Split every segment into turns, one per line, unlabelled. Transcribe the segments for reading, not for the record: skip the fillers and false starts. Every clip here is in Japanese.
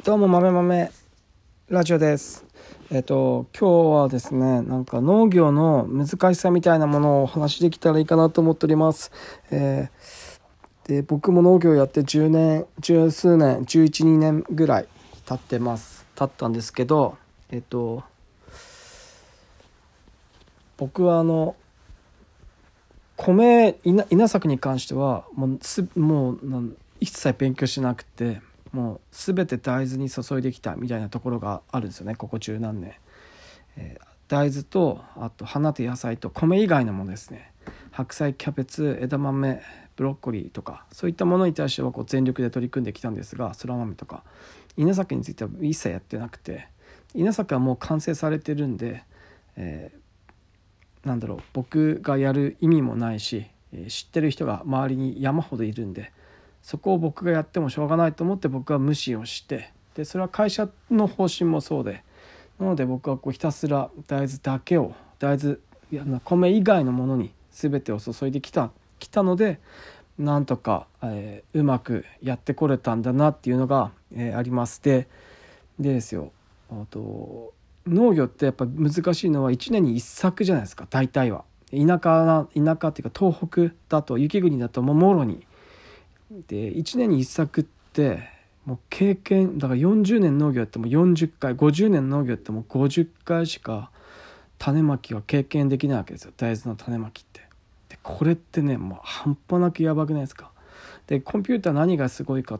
どうも豆豆ラジオです。今日はですね、なんか農業の難しさみたいなものをお話しできたらいいかなと思っております。で僕も農業やって十数年、11、2年ぐらい経ったんですけど、僕は米稲作に関してはもう一切勉強しなくて、もう全て大豆に注いできたみたいなところがあるんですよね、ここ十何年。大豆とあと花と野菜と米以外のものですね、白菜、キャベツ、枝豆、ブロッコリーとかそういったものに対しては全力で取り組んできたんですが、そら豆とか稲作については一切やってなくて、稲作はもう完成されてるんで、僕がやる意味もないし、知ってる人が周りに山ほどいるんで、そこを僕がやってもしょうがないと思って僕は無視をして、でそれは会社の方針もそうで、なので僕はひたすら大豆だけを米以外のものに全てを注いできたので、なんとか、うまくやってこれたんだなっていうのが、あります。でですよ、農業ってやっぱ難しいのは1年に1作じゃないですか。大体は田舎っていうか東北だと雪国だともろにで1年に1作ってもう経験だから、40年農業やっても40回、50年農業やっても50回しか種まきは経験できないわけですよ、大豆の種まきって。でこれってね、もう半端なくやばくないですか。でコンピューター何がすごいかって、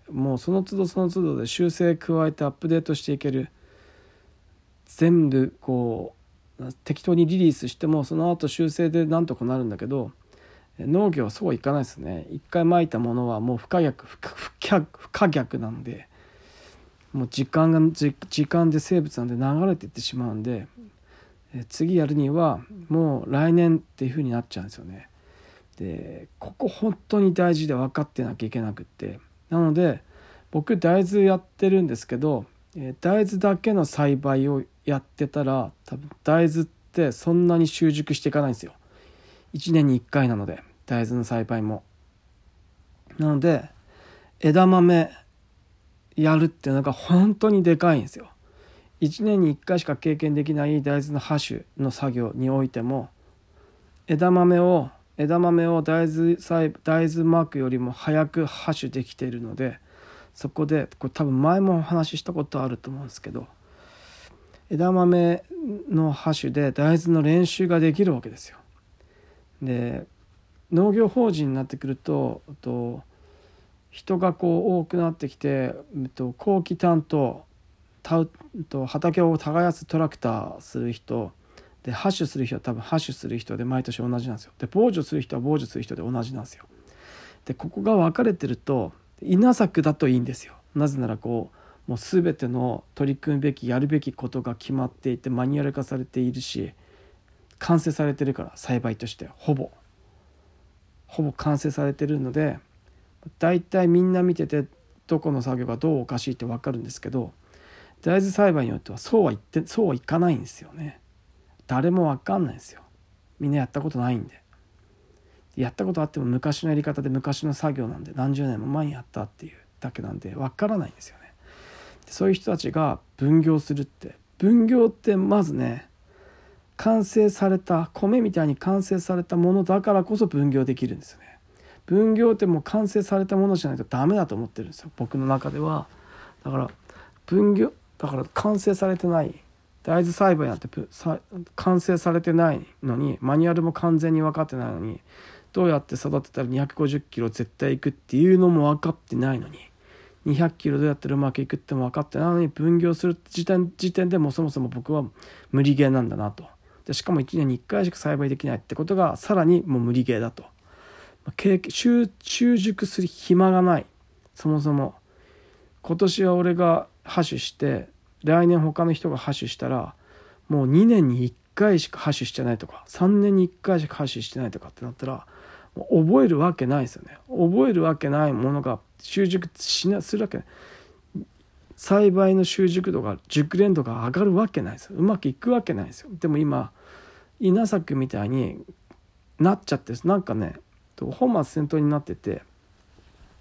もうその都度その都度で修正加えてアップデートしていける。全部適当にリリースしてもその後修正でなんとかなるんだけど、農業はそうはいかないですね。一回まいたものはもう不可逆なんで、もう時間で生物なんで流れていってしまうんで、次やるにはもう来年っていう風になっちゃうんですよね。でここ本当に大事で分かってなきゃいけなくって、なので僕大豆やってるんですけど、大豆だけの栽培をやってたら多分大豆ってそんなに習熟していかないんですよ。1年に1回なので、大豆の栽培も。なので枝豆やるっていうのが本当にでかいんですよ。1年に1回しか経験できない大豆の播種の作業においても、枝豆を大豆まくよりも早く播種できているので、そこでこれ多分前もお話ししたことあると思うんですけど、枝豆の播種で大豆の練習ができるわけですよ。で農業法人になってくると人が多くなってきて、後期担当畑を耕すトラクターする人で、播種する人は多分播種する人で毎年同じなんですよ。で防除する人は防除する人で同じなんですよ。でここが分かれてると稲作だといいんですよ。なぜならもう全ての取り組むべきやるべきことが決まっていてマニュアル化されているし、完成されてるから、栽培としてほぼ完成されてるので、だいたいみんな見ててどこの作業がどうおかしいって分かるんですけど、大豆栽培によってはそうはいかないんですよね。誰も分かんないんですよ。みんなやったことないんで。やったことあっても昔のやり方で昔の作業なんで、何十年も前にやったっていうだけなんで分からないんですよね。そういう人たちが分業するって、まずね、完成された米みたいに完成されたものだからこそ分業できるんですよね。分業ってもう完成されたものじゃないとダメだと思ってるんですよ、僕の中では。だから完成されてない大豆栽培なんて完成されてないのに、マニュアルも完全に分かってないのに、どうやって育てたら250キロ絶対いくっていうのも分かってないのに、200キロどうやってうまくいくっても分かってないのに分業する時点でもうそもそも僕は無理ゲーなんだなと。でしかも1年に1回しか栽培できないってことがさらにもう無理ゲーだと。習熟する暇がない。そもそも今年は俺が播種して来年他の人が播種したら、もう2年に1回しか播種してないとか3年に1回しか播種してないとかってなったら、もう覚えるわけないですよね。覚えるわけないものが習熟するわけない。栽培の習熟度が熟練度が上がるわけないですよ。うまくいくわけないですよ。でも今稲作みたいになっちゃって、なんかね本末転倒になってて、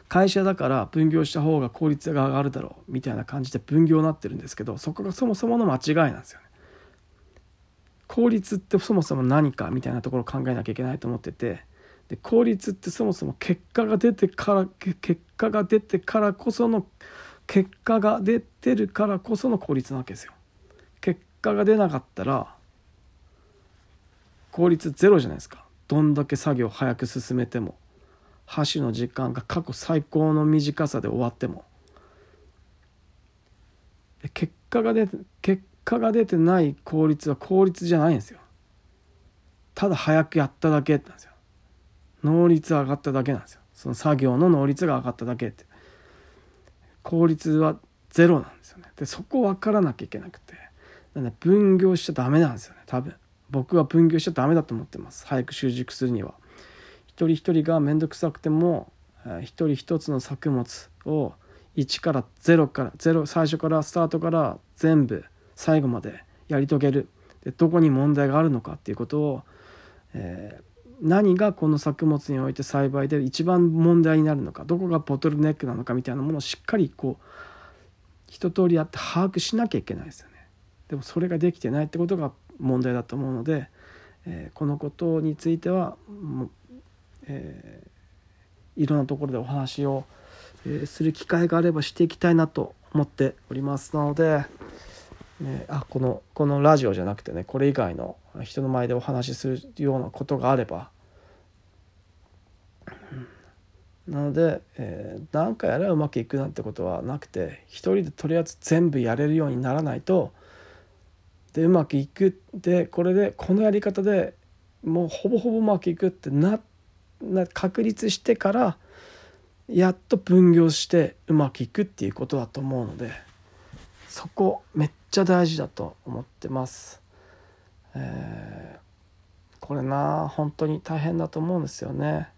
会社だから分業した方が効率が上がるだろうみたいな感じで分業になってるんですけど、そこがそもそもの間違いなんですよね。効率ってそもそも何かみたいなところを考えなきゃいけないと思ってて、で効率ってそもそも結果が出てからこその効率なわけですよ。結果が出なかったら効率ゼロじゃないですか。どんだけ作業を早く進めても、箸の時間が過去最高の短さで終わっても、結果が出てない効率は効率じゃないんですよ。ただ早くやっただけなんですよ。能率上がっただけなんですよ。その作業の能率が上がっただけって、効率はゼロなんですよね。でそこ分からなきゃいけなくて、分業しちゃダメなんですよね。多分僕は分業しちゃダメだと思ってます。早く習熟するには一人一人が面倒くさくても一人一つの作物を1から0最初からスタートから全部最後までやり遂げる。でどこに問題があるのかっていうことを、何がこの作物において栽培で一番問題になるのか、どこがボトルネックなのかみたいなものをしっかり一通りやって把握しなきゃいけないですよね。でもそれができてないってことが問題だと思うので、このことについては、いろんなところでお話を、する機会があればしていきたいなと思っておりますので、このラジオじゃなくてね、これ以外の人の前でお話しするようなことがあれば、なので、何かやればうまくいくなんてことはなくて、一人でとりあえず全部やれるようにならないと、でうまくいくでこのやり方でもうほぼほぼうまくいくって確立してからやっと分業してうまくいくっていうことだと思うので、そこめっちゃ大事だと思ってます。これ本当に大変だと思うんですよね。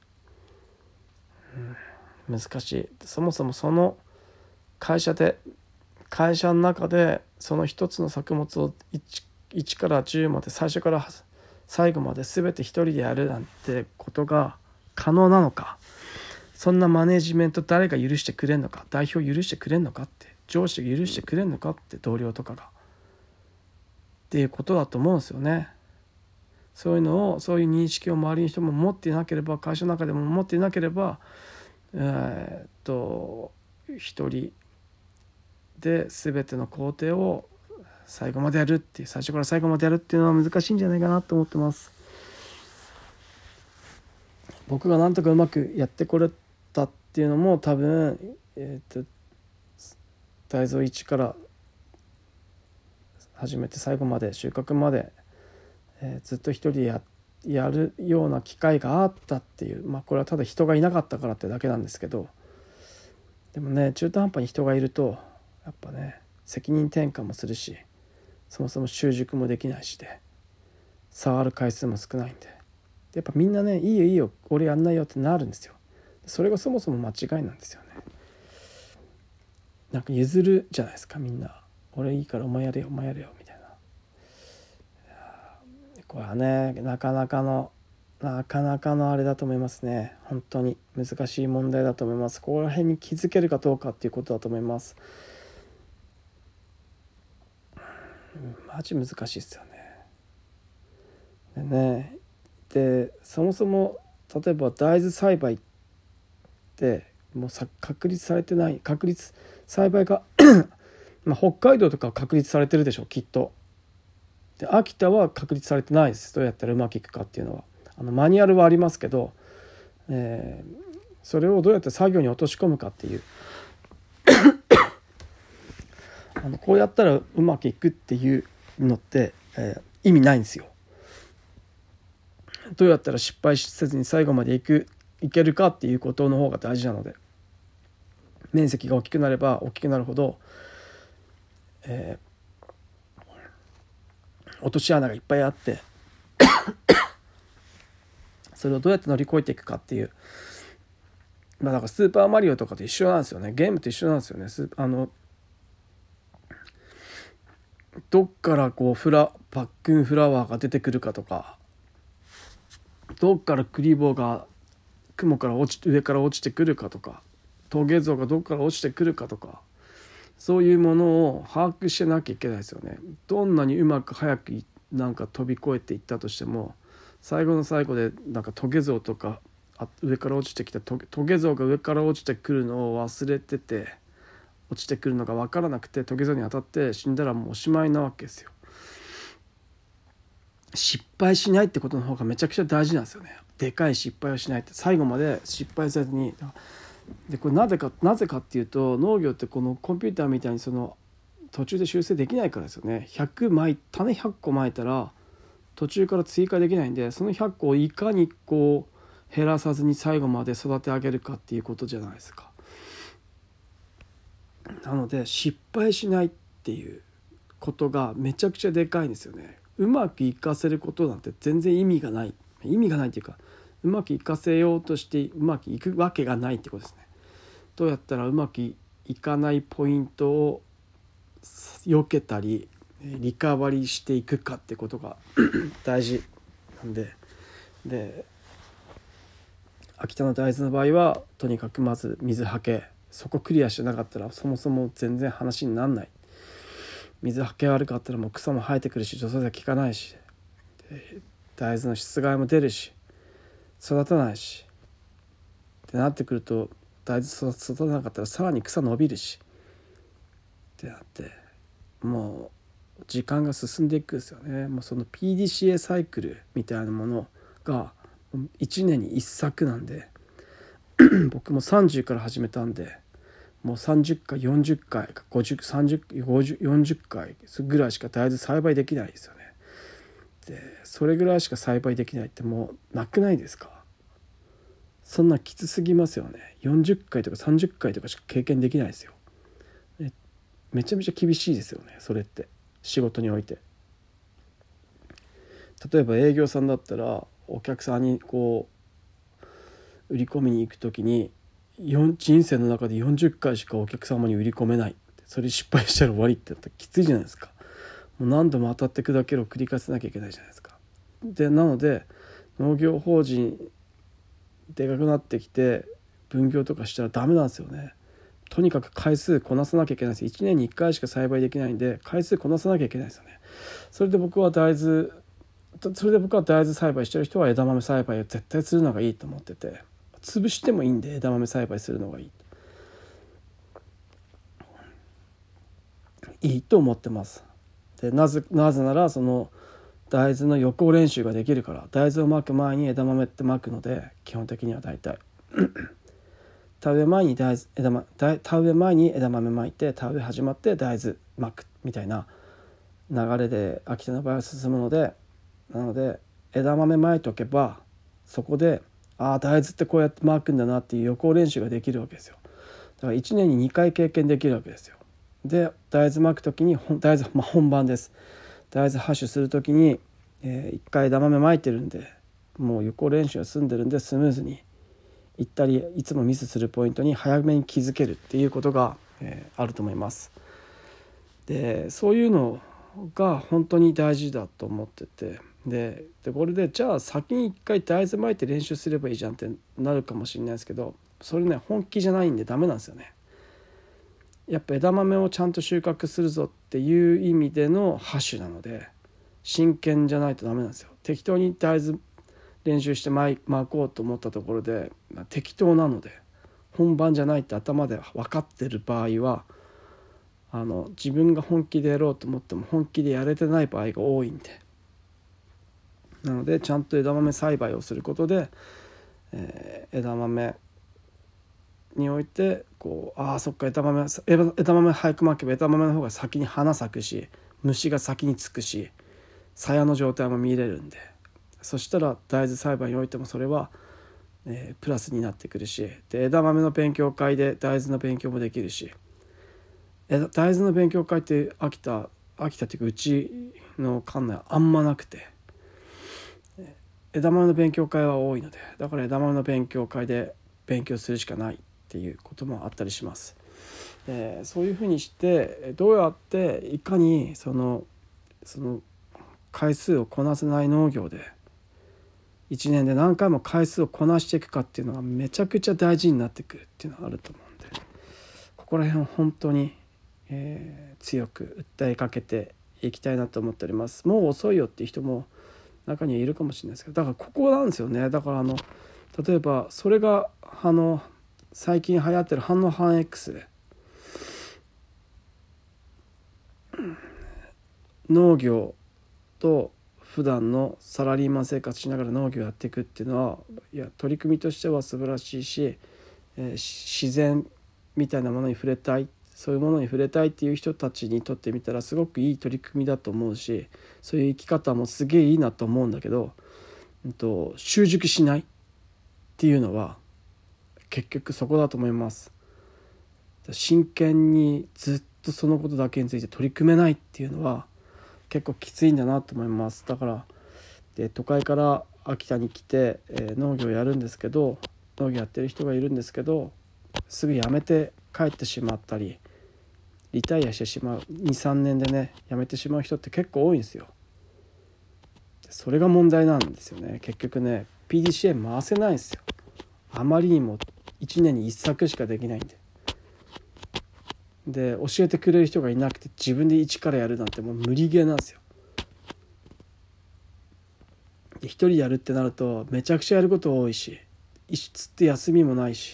難しい。そもそもその会社の中でその一つの作物を 1から10まで最初から最後まで全て一人でやるなんてことが可能なのか、そんなマネジメント誰が許してくれんのか、代表許してくれんのかって、上司が許してくれんのかって、同僚とかがっていうことだと思うんですよね。そういう認識を周りの人も持っていなければ、会社の中でも持っていなければ、一人で全ての工程を最後までやるっていう、最初から最後までやるっていうのは難しいんじゃないかなと思ってます。僕がなんとかうまくやってこれたっていうのも多分、大豆を1から始めて最後まで収穫まで、ずっと一人でやるような機会があったっていう、これはただ人がいなかったからってだけなんですけど、でもね、中途半端に人がいるとやっぱね、責任転嫁もするし、そもそも習熟もできないしで、触る回数も少ないんで、やっぱみんなね、いいよ俺やんないよってなるんですよ。それがそもそも間違いなんですよね。なんか譲るじゃないですか、みんな。俺いいからお前やれよみたいな。これはね、なかなかのあれだと思いますね。本当に難しい問題だと思います。ここら辺に気づけるかどうかっていうことだと思います。マジ難しいですよね。でそもそも例えば大豆栽培ってもう確立されてない、栽培が北海道とかは確立されてるでしょ、きっと。で秋田は確立されてないです。どうやったらうまくいくかっていうのはマニュアルはありますけど、それをどうやって作業に落とし込むかっていうこうやったらうまくいくっていうのって、意味ないんですよ。どうやったら失敗せずに最後までいけるかっていうことの方が大事なので、面積が大きくなれば大きくなるほど、落とし穴がいっぱいあってそれをどうやって乗り越えていくかっていう、だからスーパーマリオとかと一緒なんですよね。ゲームと一緒なんですよね。どっからパックンフラワーが出てくるかとか、どっからクリボーが上から落ちてくるかとか、 トゲ像がどこから落ちてくるかとか、そういうものを把握してなきゃいけないですよね。どんなにうまく早くなんか飛び越えていったとしても、最後の最後でなんかトゲ像とか上から落ちてきたトゲ像が上から落ちてくるのを忘れてて、落ちてくるのが分からなくてトゲ像に当たって死んだらもうおしまいなわけですよ。失敗しないってことの方がめちゃくちゃ大事なんですよね。でかい失敗をしないって、最後まで失敗せずに。でこれなぜかっていうと、農業ってこのコンピューターみたいにその途中で修正できないからですよね。種100個まいたら途中から追加できないんで、その100個をいかにこう減らさずに最後まで育て上げるかっていうことじゃないですか。なので失敗しないっていうことがめちゃくちゃでかいんですよね。うまくいかせることなんて全然意味がないっていうか、うまくいかせようとしてうまくいくわけがないってことですね。どうやったらうまくいかないポイントを避けたりリカバリーしていくかってことが大事なんで、秋田の大豆の場合はとにかくまず水はけ、そこクリアしてなかったらそもそも全然話にならない。水はけ悪かったらもう草も生えてくるし、除草剤効かないし、大豆の質害も出るし、育たないしってなってくると、大豆育たなかったらさらに草伸びるしってなって、もう時間が進んでいくんですよね。もうその PDCA サイクルみたいなものが1年に1作なんで僕も30から始めたんで、もう30回40回40回ぐらいしか大豆栽培できないですよね。でそれぐらいしか栽培できないってもうなくないですか。そんなきつすぎますよね。40回とか30回とかしか経験できないですよ。めちゃめちゃ厳しいですよね、それって仕事において。例えば営業さんだったらお客さんにこう売り込みに行くときに人生の中で40回しかお客様に売り込めない、それ失敗したら終わりってなったらきついじゃないですか。もう何度も当たって砕けるを繰り返さなきゃいけないじゃないですか。でなので農業法人でかくなってきて分業とかしたらダメなんですよね。とにかく回数こなさなきゃいけないです。1年に1回しか栽培できないんで回数こなさなきゃいけないですよね。それで僕は大豆栽培してる人は枝豆栽培を絶対するのがいいと思ってて、潰してもいいんで枝豆栽培するのがいいと思ってます。でなぜならその大豆の予行練習ができるから。大豆をまく前に枝豆ってまくので、基本的には大体田植え前に枝豆まいて、田植え始まって大豆まくみたいな流れで秋田の場合は進むので、なので枝豆まいとけばそこで大豆ってこうやってまくんだなっていう予行練習ができるわけですよ。だから1年に2回経験できるわけですよ。で大豆まくときに本番です。大豆ハッシュするときに、1回枝豆まいてるんで、もう予行練習が済んでるんで、スムーズにいったりいつもミスするポイントに早めに気づけるっていうことが、あると思います。でそういうのが本当に大事だと思ってて、でこれでじゃあ先に1回大豆まいて練習すればいいじゃんってなるかもしれないですけど、それね本気じゃないんでダメなんですよね。やっぱ枝豆をちゃんと収穫するぞっていう意味でのハッシュなので、真剣じゃないとダメなんですよ。適当に大豆練習してまこうと思ったところで、適当なので本番じゃないって頭で分かってる場合は、自分が本気でやろうと思っても本気でやれてない場合が多いんで、なのでちゃんと枝豆栽培をすることで、枝豆においてこうそっか枝豆早くまけば枝豆の方が先に花咲くし、虫が先につくし、鞘の状態も見れるんで、そしたら大豆栽培においてもそれは、プラスになってくるし、で枝豆の勉強会で大豆の勉強もできるし、大豆の勉強会って秋田っていうかうちの館内はあんまなくて、枝豆の勉強会は多いので、だから枝豆の勉強会で勉強するしかないっていうこともあったりします。そういうふうにしてどうやっていかにその回数をこなせない農業で1年で何回も回数をこなしていくかっていうのがめちゃくちゃ大事になってくるっていうのがあると思うんで、 こら辺を本当に、強く訴えかけていきたいなと思っております。もう遅いよっていう人も中にはいるかもしれないですけど、だからここなんですよね。だから例えばそれが最近流行ってる反応反 X、 農業と普段のサラリーマン生活しながら農業をやっていくっていうのは、いや取り組みとしては素晴らしいし、自然みたいなものに触れたい、そういうものに触れたいっていう人たちにとってみたらすごくいい取り組みだと思うし、そういう生き方もすげえいいなと思うんだけど、習熟しないっていうのは結局そこだと思います。真剣にずっとそのことだけについて取り組めないっていうのは結構きついんだなと思います。だから都会から秋田に来て、農業やるんですけど、農業やってる人がいるんですけど、すぐ辞めて帰ってしまったりリタイアしてしまう、 2,3 年でね辞めてしまう人って結構多いんですよ。それが問題なんですよね。結局ね PDCA 回せないんですよ。あまりにも1年に1作しかできないんで教えてくれる人がいなくて自分で一からやるなんてもう無理ゲーなんですよ。で一人やるってなるとめちゃくちゃやること多いし、つって休みもないし、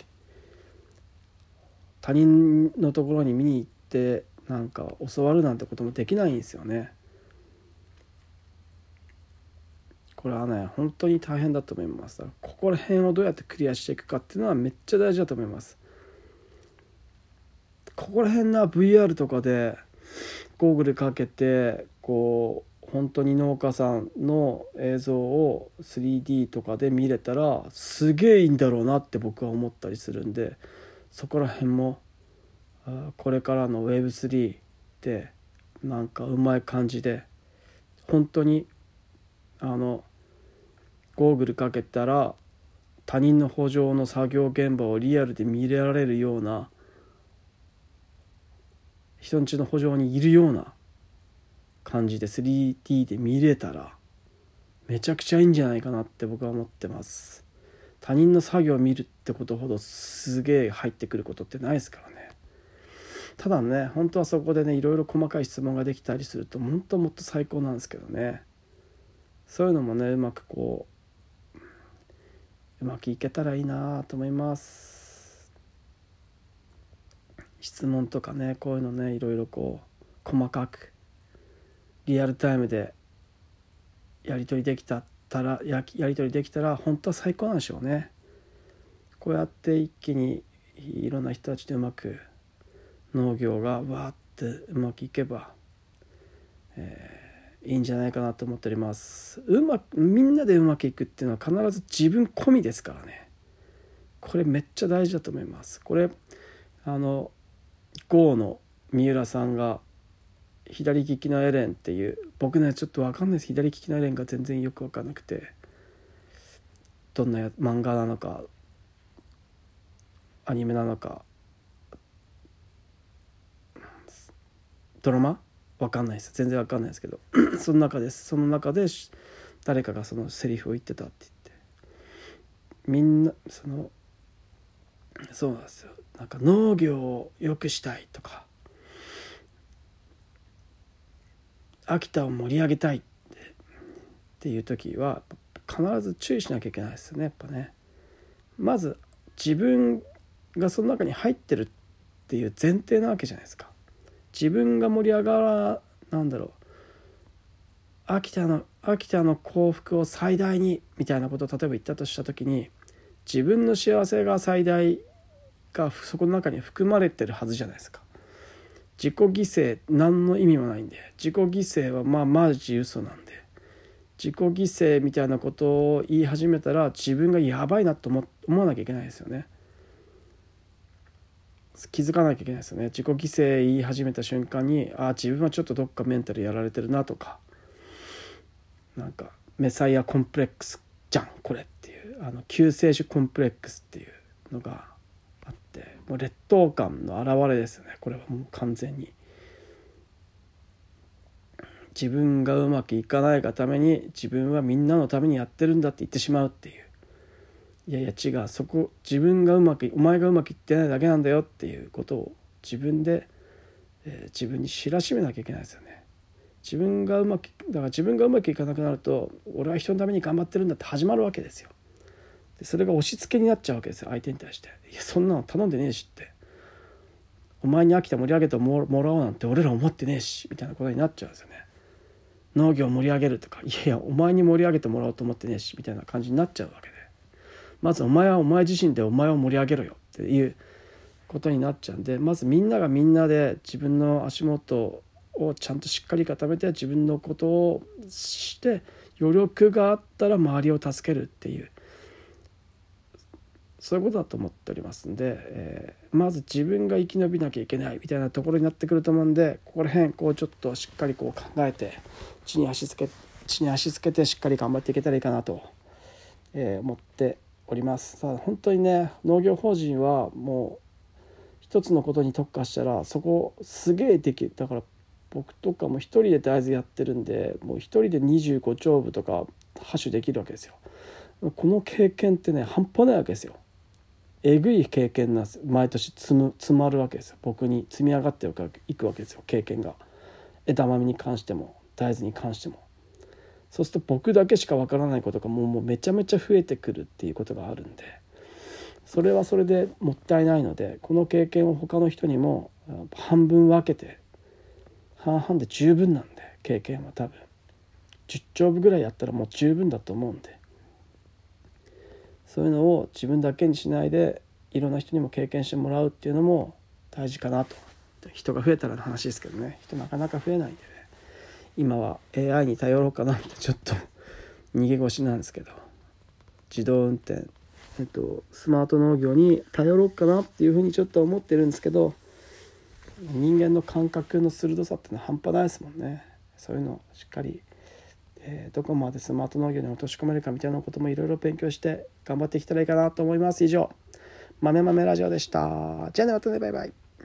他人のところに見に行ってなんか教わるなんてこともできないんですよね。これはね本当に大変だと思います。だからここら辺をどうやってクリアしていくかっていうのはめっちゃ大事だと思います。ここら辺な VR とかでゴーグルかけてこう本当に農家さんの映像を 3D とかで見れたらすげえいいんだろうなって僕は思ったりするんで、そこら辺もこれからの Web3 でなんかうまい感じで本当にゴーグルかけたら他人の圃場の作業現場をリアルで見られるような、人ん家の圃場にいるような感じで 3D で見れたらめちゃくちゃいいんじゃないかなって僕は思ってます。他人の作業を見るってことほどすげえ入ってくることってないですからね。ただね本当はそこでねいろいろ細かい質問ができたりすると本当もっと最高なんですけどね。そういうのもねうまくいけたらいいなと思います。質問とかねこういうのねいろいろ細かくリアルタイムでやり取りできたら本当は最高なんでしょうね。こうやって一気にいろんな人たちでうまく農業がわーってうまくいけば、いいんじゃないかなと思っております。みんなでうまくいくっていうのは必ず自分込みですからね。これめっちゃ大事だと思います。これGO の三浦さんが左利きのエレンっていう、僕ねちょっと分かんないです。左利きのエレンが全然よく分かんなくて、どんな漫画なのかアニメなのかドラマ分かんないです。全然分かんないですけどその中で誰かがそのセリフを言ってたって言って、みんなそうなんですよ。なんか農業を良くしたいとか秋田を盛り上げたいっていう時は必ず注意しなきゃいけないですよね。やっぱねまず自分がその中に入ってるっていう前提なわけじゃないですか。自分が盛り上がら秋田の幸福を最大にみたいなことを例えば言ったとした時に、自分の幸せが最大がそこの中に含まれてるはずじゃないですか。自己犠牲何の意味もないんで、自己犠牲はマジ嘘なんで、自己犠牲みたいなことを言い始めたら自分がやばいなと思わなきゃいけないですよね。気づかなきゃいけないですよね。自己犠牲言い始めた瞬間に自分はちょっとどっかメンタルやられてるなとか、なんかメサイアコンプレックスじゃんこれっていう、救世主コンプレックスっていうのがあって、もう劣等感の表れですよね。これはもう完全に自分がうまくいかないがために自分はみんなのためにやってるんだって言ってしまうっていう、いや違う、お前がうまくいってないだけなんだよっていうことを自分で、自分に知らしめなきゃいけないですよね。自分がうまくいかなくなると、俺は人のために頑張ってるんだって始まるわけですよ。でそれが押し付けになっちゃうわけですよ、相手に対して。いやそんなの頼んでねえしって、お前に飽きて盛り上げてもらおうなんて俺ら思ってねえしみたいなことになっちゃうんですよね。農業を盛り上げるとか、いやいやお前に盛り上げてもらおうと思ってねえしみたいな感じになっちゃうわけで、まずお前はお前自身でお前を盛り上げろよっていうことになっちゃうんで、まずみんながみんなで自分の足元をちゃんとしっかり固めて、自分のことをして余力があったら周りを助けるっていう、そういうことだと思っておりますんで、まず自分が生き延びなきゃいけないみたいなところになってくると思うんで、ここら辺ちょっとしっかり考えて地に足つけてしっかり頑張っていけたらいいかなと、思っております。ただ本当にね、農業法人はもう一つのことに特化したらそこすげえできる。だから僕とかも一人で大豆やってるんで、もう一人で25丁部とか播種できるわけですよ。この経験ってね半端ないわけですよ。えぐい経験なんです。毎年積まるわけですよ。僕に積み上がっていくわけですよ、経験が。枝豆に関しても大豆に関しても。そうすると僕だけしかわからないことがもうめちゃめちゃ増えてくるっていうことがあるんで、それはそれでもったいないので、この経験を他の人にも半分分けて、半々で十分なんで、経験は多分10丁部ぐらいやったらもう十分だと思うんで、そういうのを自分だけにしないでいろんな人にも経験してもらうっていうのも大事かなと。人が増えたらの話ですけどね、人なかなか増えないんでね、今は AI に頼ろうかなってちょっと逃げ腰なんですけど、自動運転、スマート農業に頼ろうかなっていうふうにちょっと思ってるんですけど、人間の感覚の鋭さってのは半端ないですもんね。そういうのをしっかり、どこまでスマート農業に落とし込めるかみたいなこともいろいろ勉強して頑張っていけたらいいかなと思います。以上、豆豆ラジオでした。じゃあね、またね、バイバイ。